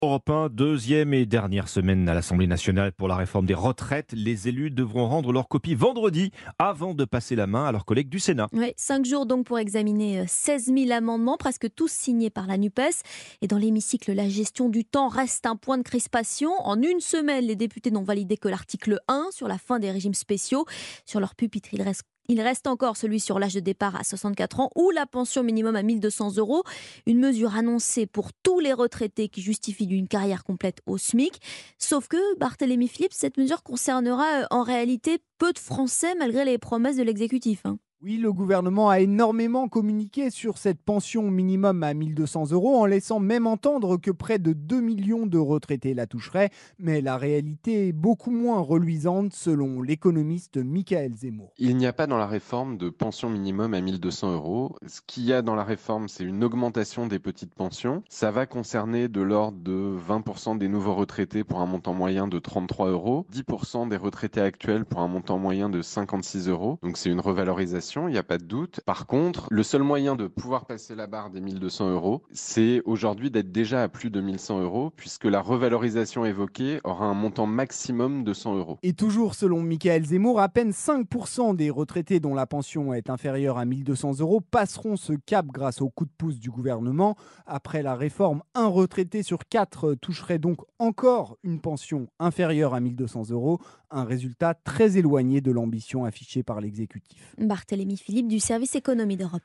Europe 1, deuxième et dernière semaine à l'Assemblée nationale pour la réforme des retraites. Les élus devront rendre leur copie vendredi avant de passer la main à leurs collègues du Sénat. Ouais, 5 jours donc pour examiner 16 000 amendements, presque tous signés par la NUPES. Et dans l'hémicycle, la gestion du temps reste un point de crispation. En une semaine, les députés n'ont validé que l'article 1 sur la fin des régimes spéciaux. Sur leur pupitre, il reste encore celui sur l'âge de départ à 64 ans ou la pension minimum à 1 200 euros. Une mesure annoncée pour tous les retraités qui justifient d'une carrière complète au SMIC. Sauf que, Barthélémy Philippe, cette mesure concernera en réalité peu de Français malgré les promesses de l'exécutif, hein. Oui, le gouvernement a énormément communiqué sur cette pension minimum à 1200 euros en laissant même entendre que près de 2 millions de retraités la toucheraient. Mais la réalité est beaucoup moins reluisante selon l'économiste Michael Zemmour. Il n'y a pas dans la réforme de pension minimum à 1200 euros. Ce qu'il y a dans la réforme, c'est une augmentation des petites pensions. Ça va concerner de l'ordre de 20% des nouveaux retraités pour un montant moyen de 33 euros, 10% des retraités actuels pour un montant moyen de 56 euros. Donc c'est une revalorisation, il n'y a pas de doute. Par contre, le seul moyen de pouvoir passer la barre des 1200 euros, c'est aujourd'hui d'être déjà à plus de 1100 euros, puisque la revalorisation évoquée aura un montant maximum de 100 euros. Et toujours selon Michael Zemmour, à peine 5% des retraités dont la pension est inférieure à 1200 euros passeront ce cap grâce au coup de pouce du gouvernement. Après la réforme, un retraité sur 4 toucherait donc encore une pension inférieure à 1200 euros, un résultat très éloigné de l'ambition affichée par l'exécutif. Barthélémy Philippe du service économie d'Europe